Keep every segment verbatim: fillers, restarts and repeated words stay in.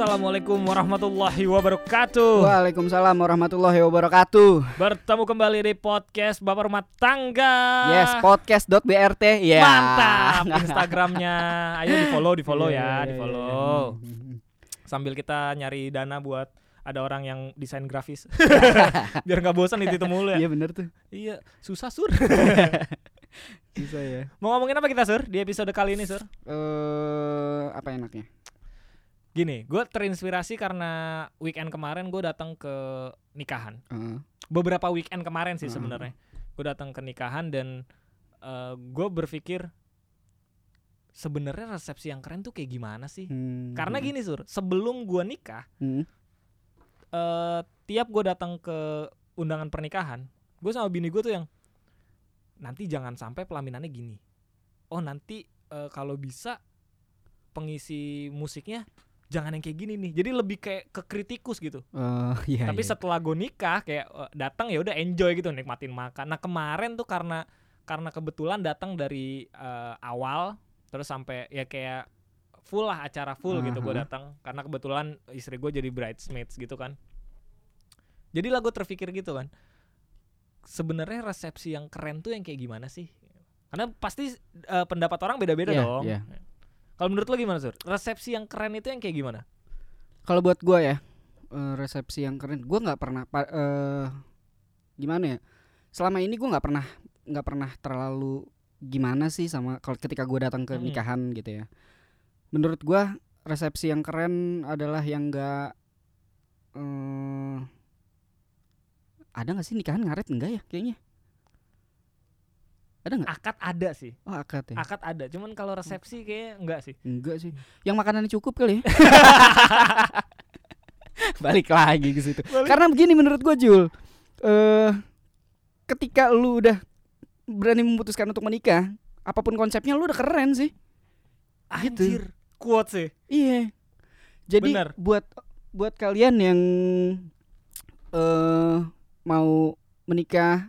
Assalamualaikum warahmatullahi wabarakatuh. Waalaikumsalam warahmatullahi wabarakatuh. Bertemu kembali di podcast Bapak Rumah Tangga. Yes, podcast dot b r t. Ya. Mantap. Instagramnya, ayo di follow, di follow yeah, ya, di follow. Yeah, yeah. Sambil kita nyari dana buat ada orang yang desain grafis. Biar nggak bosan itu mulu ya. Iya bener tuh. Iya, susah sur. Susah ya. Mau ngomongin apa kita sur di episode kali ini sur? Eh, uh, apa enaknya? Gini, gue terinspirasi karena weekend kemarin gue datang ke nikahan. Uh. Beberapa weekend kemarin sih uh. sebenarnya. Gue datang ke nikahan dan uh, gue berpikir sebenarnya resepsi yang keren tuh kayak gimana sih? Hmm. Karena gini sur, sebelum gue nikah, hmm. uh, tiap gue datang ke undangan pernikahan, gue sama bini gue tuh yang nanti jangan sampai pelaminannya gini. Oh nanti uh, kalau bisa pengisi musiknya jangan yang kayak gini nih. Jadi lebih kayak ke kritikus gitu. Uh, iya, Tapi iya. setelah gue nikah kayak uh, datang ya udah enjoy gitu, nikmatin makan. Nah kemarin tuh karena karena kebetulan datang dari uh, awal terus sampai ya kayak full lah, acara full uh-huh. gitu gue datang karena kebetulan istri gue jadi bridesmaids gitu kan. Jadi lah gue terpikir gitu kan. Sebenarnya resepsi yang keren tuh yang kayak gimana sih? Karena pasti uh, pendapat orang beda-beda yeah, dong. Yeah. Kalau menurut lo gimana sur? Resepsi yang keren itu yang kayak gimana? Kalau buat gue ya, uh, resepsi yang keren, gue nggak pernah uh, gimana ya? Selama ini gue nggak pernah nggak pernah terlalu gimana sih sama kalau ketika gue datang ke hmm. nikahan gitu ya. Menurut gue resepsi yang keren adalah yang nggak uh, ada nggak sih nikahan ngaret enggak ya kayaknya? Ada nggak? Akad ada sih. Oh akad ya. Akad ada, cuman kalau resepsi kayaknya enggak sih. Enggak sih. Yang makanannya cukup kali ya. Balik lagi ke situ. Balik. Karena begini menurut gue Jul, uh, ketika lu udah berani memutuskan untuk menikah, apapun konsepnya lu udah keren sih. Anjir, gitu. Kuat sih. Iya. Jadi bener. buat buat kalian yang uh, mau menikah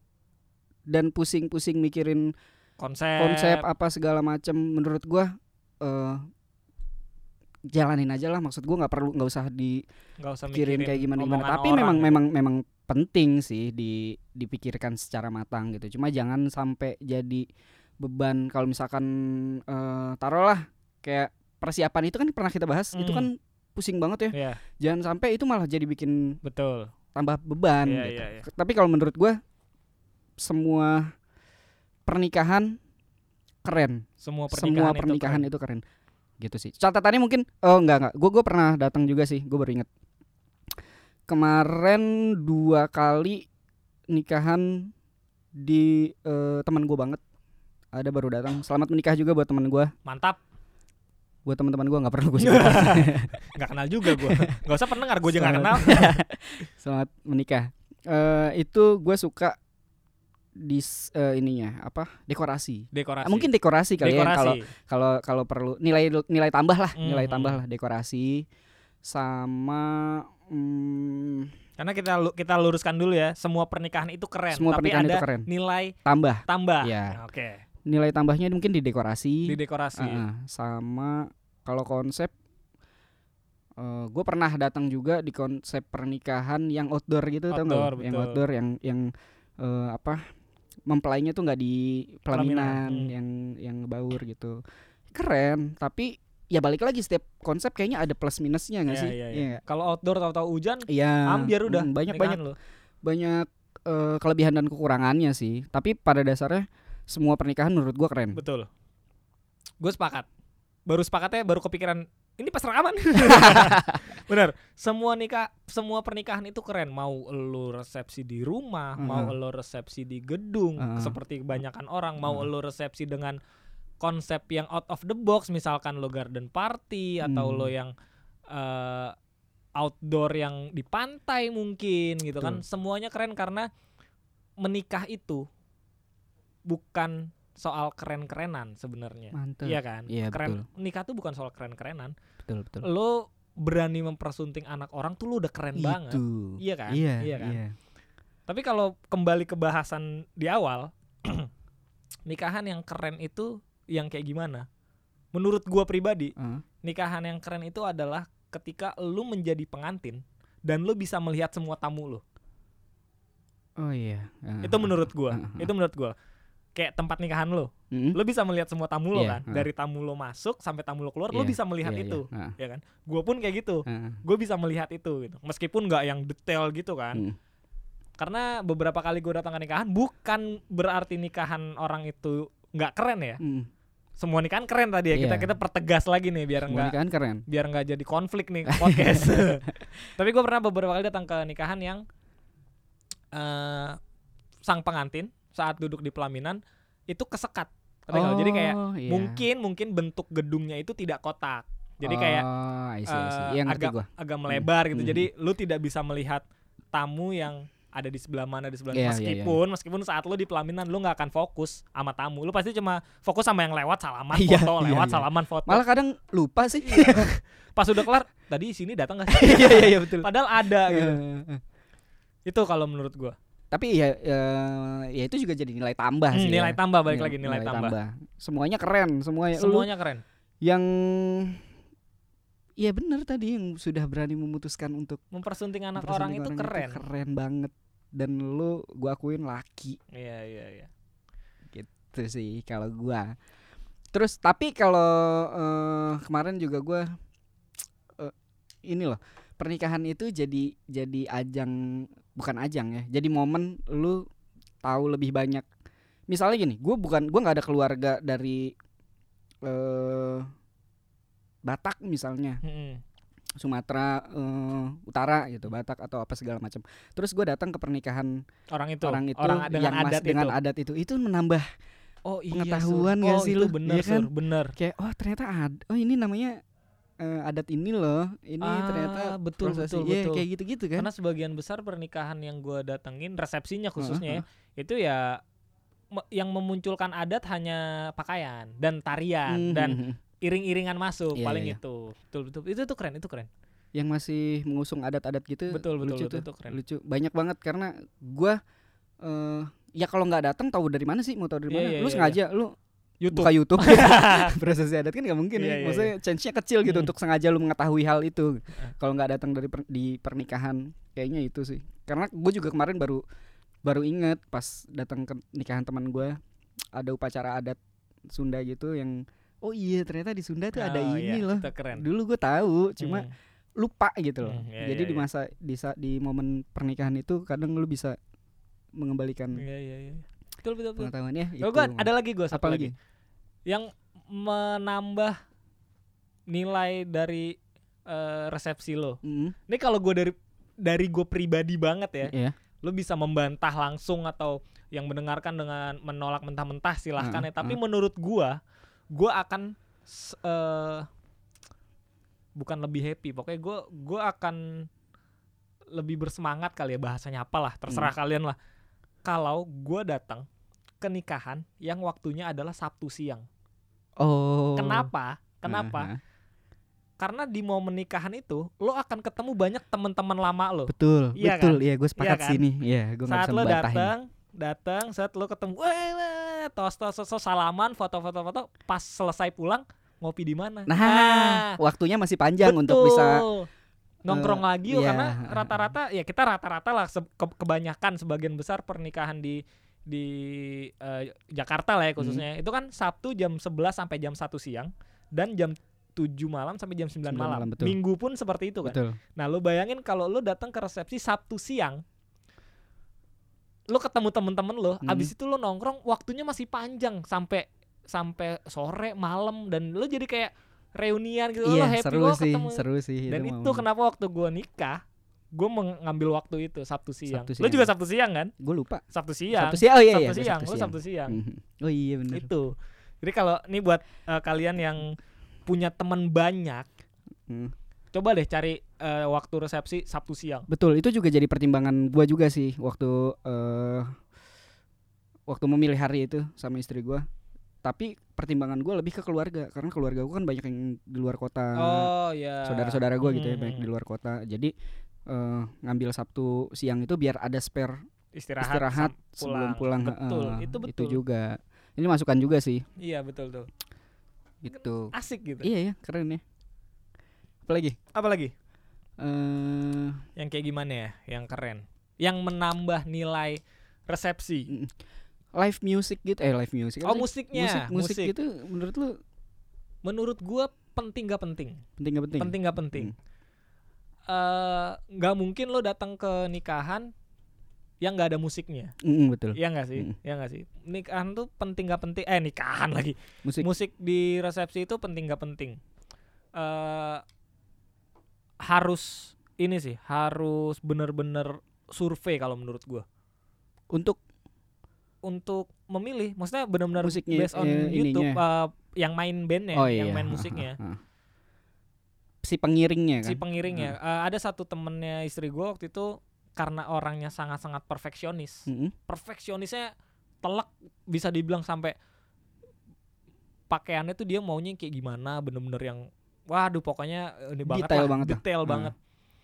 dan pusing-pusing mikirin konsep konsep apa segala macam, menurut gua uh, jalanin aja lah. Maksud gua nggak perlu nggak usah di nggak usah mikirin kayak gimana gimana. Tapi orang, memang gitu. memang memang penting sih di dipikirkan secara matang gitu. Cuma jangan sampai jadi beban. Kalau misalkan uh, taruhlah kayak persiapan itu kan pernah kita bahas, hmm. itu kan pusing banget ya. Yeah. Jangan sampai itu malah jadi bikin betul tambah beban. Yeah, gitu. yeah, yeah. Tapi kalau menurut gua semua pernikahan keren. Semua pernikahan, Semua pernikahan itu, keren. itu keren. Gitu sih. Catatannya mungkin oh enggak enggak. Gue gue pernah datang juga sih. Gue baru inget. Kemarin dua kali nikahan di uh, teman gue banget. Ada baru datang. Selamat menikah juga buat teman gue. Mantap. Buat teman-teman gue nggak perlu gue sebut. Nggak kenal juga gue. Nggak usah pendengar, gue juga nggak kenal. Selamat menikah. Uh, itu gue suka di uh, ininya apa dekorasi dekorasi mungkin dekorasi kali dekorasi. ya kalau kalau kalau perlu nilai nilai tambah lah mm-hmm. nilai tambah lah dekorasi sama mm, karena kita kita luruskan dulu ya, semua pernikahan itu keren semua tapi pernikahan ada itu keren. nilai tambah tambah ya. Oke okay. Nilai tambahnya mungkin di dekorasi di dekorasi uh-uh. sama kalau konsep uh, gue pernah datang juga di konsep pernikahan yang outdoor gitu, tau nggak yang outdoor yang yang uh, apa mempelainya tuh nggak di pelaminan hmm. yang yang baur gitu, keren. Tapi ya balik lagi setiap konsep kayaknya ada plus minusnya nggak yeah, sih? Yeah, yeah. Yeah. Kalau outdoor tahu-tahu hujan, yeah. ambiar udah hmm, banyak banyak lo. banyak uh, kelebihan dan kekurangannya sih. Tapi pada dasarnya semua pernikahan menurut gue keren. Betul. Gue sepakat. Baru sepakatnya baru kepikiran ini pas rekaman. Bener. Semua nikah, semua pernikahan itu keren. Mau lo resepsi di rumah, uh-huh. mau lo resepsi di gedung, uh-huh. seperti kebanyakan orang, mau uh-huh. lo resepsi dengan konsep yang out of the box, misalkan lo garden party atau hmm. lo yang uh, outdoor yang di pantai mungkin gitu kan. Semuanya keren karena menikah itu bukan soal keren-kerenan sebenarnya. Iya kan? Iya, keren. Betul. Nikah tuh bukan soal keren-kerenan. Betul, betul. Lo berani mempersunting anak orang tuh lo udah keren itu. banget. Iya kan? Iya, iya kan? Iya. Tapi kalau kembali ke bahasan di awal, nikahan yang keren itu yang kayak gimana? Menurut gua pribadi, uh. nikahan yang keren itu adalah ketika lu menjadi pengantin dan lu bisa melihat semua tamu lu. Oh iya. Uh, itu menurut gua. Uh, uh, itu menurut gua. Kayak tempat nikahan lu. Uh, lu bisa melihat semua tamu lo yeah, kan. Uh, Dari tamu lo masuk sampai tamu lo keluar, yeah, lu bisa melihat yeah, itu. Yeah, uh, ya kan? Gua pun kayak gitu. Uh, gua bisa melihat itu gitu. Meskipun enggak yang detail gitu kan. Uh, Karena beberapa kali gua datang ke nikahan, bukan berarti nikahan orang itu enggak keren ya. Uh, Semua nikahan keren tadi ya, yeah. kita kita pertegas lagi nih biar enggak keren. biar enggak jadi konflik nih podcast. Tapi gue pernah beberapa kali datang ke nikahan yang uh, sang pengantin saat duduk di pelaminan itu kesekat. Oh, jadi kayak yeah. mungkin mungkin bentuk gedungnya itu tidak kotak. Jadi kayak oh, I see, I see. Uh, ya, agak gua. agak melebar hmm. gitu. Hmm. Jadi lu tidak bisa melihat tamu yang ada di sebelah mana di sebelah yeah, meskipun yeah, yeah. meskipun saat lu di pelaminan lu nggak akan fokus sama tamu, lu pasti cuma fokus sama yang lewat salaman yeah, foto yeah, lewat yeah. salaman foto. Malah kadang lupa sih. Pas udah kelar tadi sini datang nggak sih? Iya iya iya betul. Padahal ada gitu. Itu kalau menurut gua. Tapi ya, ya ya itu juga jadi nilai tambah hmm, sih. Nilai ya. tambah balik nilai, lagi nilai, nilai tambah. tambah. Semuanya keren, semuanya. Semuanya lu, keren. Yang ya benar tadi yang sudah berani memutuskan untuk mempersunting anak orang, itu, orang keren. itu keren banget. Dan lu gua akuin laki. Iya iya iya. Gitu sih kalau gua. Terus tapi kalau uh, kemarin juga gua uh, ini loh, pernikahan itu jadi jadi ajang, bukan ajang ya. Jadi momen lu tahu lebih banyak. Misalnya gini, gua bukan gua enggak ada keluarga dari uh, Batak misalnya. Hmm. Sumatera uh, Utara gitu, Batak atau apa segala macam. Terus gue datang ke pernikahan orang itu, orang itu orang dengan yang adat mas, dengan itu. adat itu, itu menambah oh, iya, pengetahuan sur. gak oh, sih itu lu? Bener, ya kan? Sur, bener. Kayak oh ternyata ada, oh ini namanya uh, adat ini loh, ini ah, ternyata betul prosesi. betul yeah, betul. Kayak gitu-gitu kan? Karena sebagian besar pernikahan yang gue datengin, resepsinya khususnya, uh-huh. ya, itu ya me- yang memunculkan adat hanya pakaian dan tarian mm-hmm. dan iring-iringan masuk, yeah, paling yeah. itu. Betul betul. Itu tuh keren, itu keren. Yang masih mengusung adat-adat gitu, betul, betul, lucu betul, tuh, itu keren. lucu. Banyak banget karena gua uh, ya kalau nggak datang tahu dari mana sih, mau tahu dari yeah, mana? Yeah, lu yeah, sengaja yeah. lu YouTube. buka YouTube. Prosesi adat kan nggak mungkin yeah, ya. Yeah, maksudnya yeah. chance-nya kecil gitu hmm. untuk sengaja lu mengetahui hal itu. Uh. Kalau nggak datang dari per, di pernikahan, kayaknya itu sih. Karena gue juga kemarin baru baru inget pas datang ke nikahan teman gue, ada upacara adat Sunda gitu yang oh iya ternyata di Sunda tuh oh, ada ini iya, loh. Dulu gue tahu, cuma hmm. lupa gitu loh. Hmm, iya, Jadi iya, di masa di saat di momen pernikahan itu kadang lu bisa mengembalikan. Iya iya iya. Betul betul betul. Pengetahuannya itu. Gua ada lagi gue satu Apa lagi. lagi. Yang menambah nilai dari uh, resepsi lo. Mm. Ini kalau gue dari dari gue pribadi banget ya. Yeah. Lo bisa membantah langsung atau yang mendengarkan dengan menolak mentah-mentah silahkan uh, ya. Tapi uh. menurut gue, gue akan uh, bukan lebih happy. Pokoknya gue gue akan lebih bersemangat kali ya, bahasanya apalah, terserah hmm. kalian lah. Kalau gue datang ke nikahan yang waktunya adalah Sabtu siang. Oh. Kenapa? Kenapa? Uh-huh. Karena di momen nikahan itu lo akan ketemu banyak teman-teman lama lo. Betul, iya betul. Kan? Iya, gue sepakat iya kan? sini. Iya, gue nggak bisa membatahin. Saat lo datang, ini. datang, saat lo ketemu, weh, weh, tos, tos, tos, tos, salaman, foto-foto, foto. Pas selesai pulang, ngopi di mana? Nah, nah, waktunya masih panjang betul. Untuk bisa nongkrong uh, lagi, yeah. karena rata-rata ya kita rata-rata lah se- ke- kebanyakan sebagian besar pernikahan di di uh, Jakarta lah ya khususnya hmm. itu kan Sabtu jam sebelas sampai jam satu siang dan jam tujuh malam sampai jam sembilan malam. malam Minggu pun seperti itu kan. Betul. Nah, lu bayangin kalau lu datang ke resepsi Sabtu siang, lu ketemu temen-temen lu, hmm. abis itu lu nongkrong, waktunya masih panjang sampai sampai sore malam dan lu jadi kayak reunian gitu, iya, lo happy seru lo sih, ketemu. Seru sih. Dan itu, itu kenapa waktu gue nikah, gue mengambil waktu itu Sabtu siang. Sabtu siang. Lo juga Sabtu siang kan? Gue lupa. Sabtu siang. Sabtu siang. Oh iya, Sabtu iya, siang. Sabtu Lo siang. Sabtu siang. Mm-hmm. Oh iya benar. Itu. Jadi kalau nih buat uh, kalian yang punya teman banyak, hmm. coba deh cari uh, waktu resepsi Sabtu siang. Betul. Itu juga jadi pertimbangan gue juga sih waktu uh, waktu memilih hari itu sama istri gue. Tapi pertimbangan gue lebih ke keluarga, karena keluarga gue kan banyak yang di luar kota. Oh iya. Saudara-saudara gue hmm. gitu ya, banyak di luar kota. Jadi uh, ngambil Sabtu siang itu biar ada spare istirahat, istirahat pulang. sebelum pulang. Betul, uh, itu betul. Itu juga. Ini masukan juga sih. Iya betul tuh. Gitu. Asik gitu. Iya ya, keren ya. Apalagi? Apalagi? Uh, yang kayak gimana ya? Yang keren. Yang menambah nilai resepsi. Live music gitu. Eh live music. Oh musiknya. Musik, musik, musik gitu menurut lu? Menurut gua penting gak penting? Penting gak penting? Penting gak penting? Hmm. Uh, gak mungkin lo datang ke nikahan yang gak ada musiknya. Mm, betul. Iya gak sih? Mm. Iya gak sih? Nikahan tuh penting gak penting? Eh nikahan lagi. Musik. Musik di resepsi itu penting gak penting? Uh, harus ini sih, harus bener-bener survei kalau menurut gue. Untuk untuk memilih, maksudnya benar-benar musiknya, based on eh, YouTube uh, yang main bandnya, oh, yang iya. main musiknya, ha, ha, ha. si pengiringnya kan, si pengiringnya. Hmm. Uh, ada satu temennya istri gue waktu itu karena orangnya sangat-sangat perfeksionis, mm-hmm. perfeksionisnya telak, bisa dibilang sampai pakaiannya tuh dia maunya kayak gimana, bener-bener yang, waduh pokoknya ini banget detail lah, banget detail lah. banget.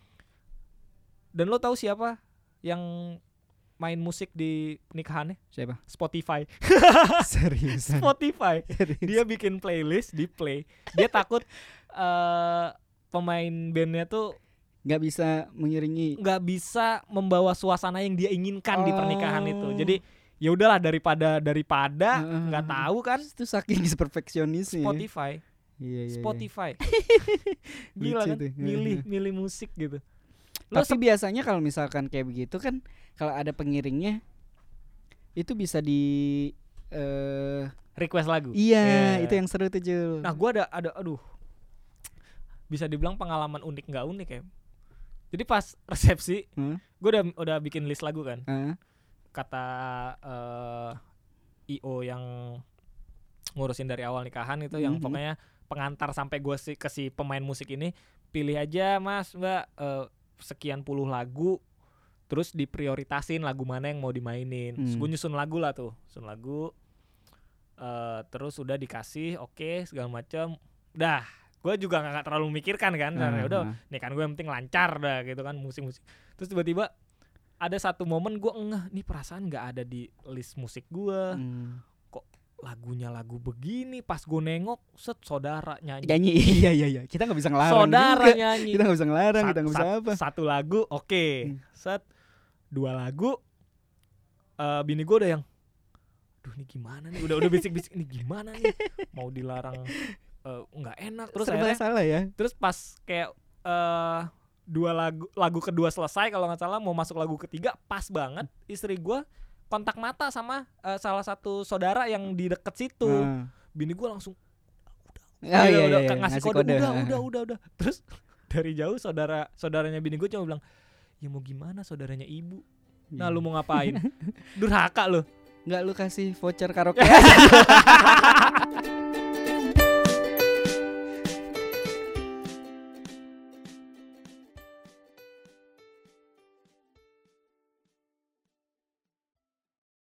Dan lo tahu siapa yang main musik di nikahannya? Siapa? Spotify. Serius? Spotify. Dia bikin playlist, di play. Dia takut uh, pemain bandnya tuh nggak bisa mengiringi, nggak bisa membawa suasana yang dia inginkan oh. di pernikahan itu. Jadi ya udahlah daripada daripada nggak uh, tahu kan? Itu saking perfeksionisnya. Spotify. Iya, iya, Spotify. Gila kan? Milih milih musik gitu. Lo Tapi se- biasanya kalau misalkan kayak begitu kan, kalau ada pengiringnya itu bisa di uh, request lagu. Iya, yeah. Itu yang seru tuh Jul. Nah, gua ada ada aduh. Bisa dibilang pengalaman unik enggak unik ya. Jadi pas resepsi, hmm? gua udah udah bikin list lagu kan. Hmm? Kata uh, I O yang ngurusin dari awal nikahan itu, hmm. yang pokoknya pengantar sampai gua si ke si pemain musik ini, pilih aja Mas, Mbak, uh, sekian puluh lagu, terus diprioritasin lagu mana yang mau dimainin. Hmm. Gue nyusun lagu lah tuh, nyusun lagu, uh, terus udah dikasih, oke okay, segala macam. Dah, gue juga nggak terlalu mikirkan kan, uh-huh. ya udah, nih kan gue yang penting lancar dah gitu kan, musik-musik. Terus tiba-tiba ada satu momen gue ngeh, nih perasaan nggak ada di list musik gue. Hmm. Lagunya lagu begini, pas gue nengok, set saudara nyanyi. Nyanyi, iya iya iya. Kita nggak bisa ngelarang. Saudara juga. nyanyi. Kita nggak bisa ngelarang, sat, kita nggak bisa sat, apa. Satu lagu, oke. Okay. Hmm. Set, dua lagu, uh, bini gue udah yang, aduh ini gimana nih? Udah udah bisik-bisik, ini gimana nih? Mau dilarang nggak uh, enak. Terus akhirnya, salah ya. Terus pas kayak uh, dua lagu, lagu kedua selesai kalau nggak salah, mau masuk lagu ketiga, pas banget istri gue kontak mata sama uh, salah satu saudara yang di deket situ. Hmm. Bini gue langsung udah, oh, iya, udah iya, ngasih, ngasih kode, kode. Udah, udah, udah, udah. Terus dari jauh saudara saudaranya bini gue cuma bilang, ya mau gimana saudaranya ibu. Nah, lu mau ngapain? Durhaka lu. Nggak lu kasih voucher karaoke.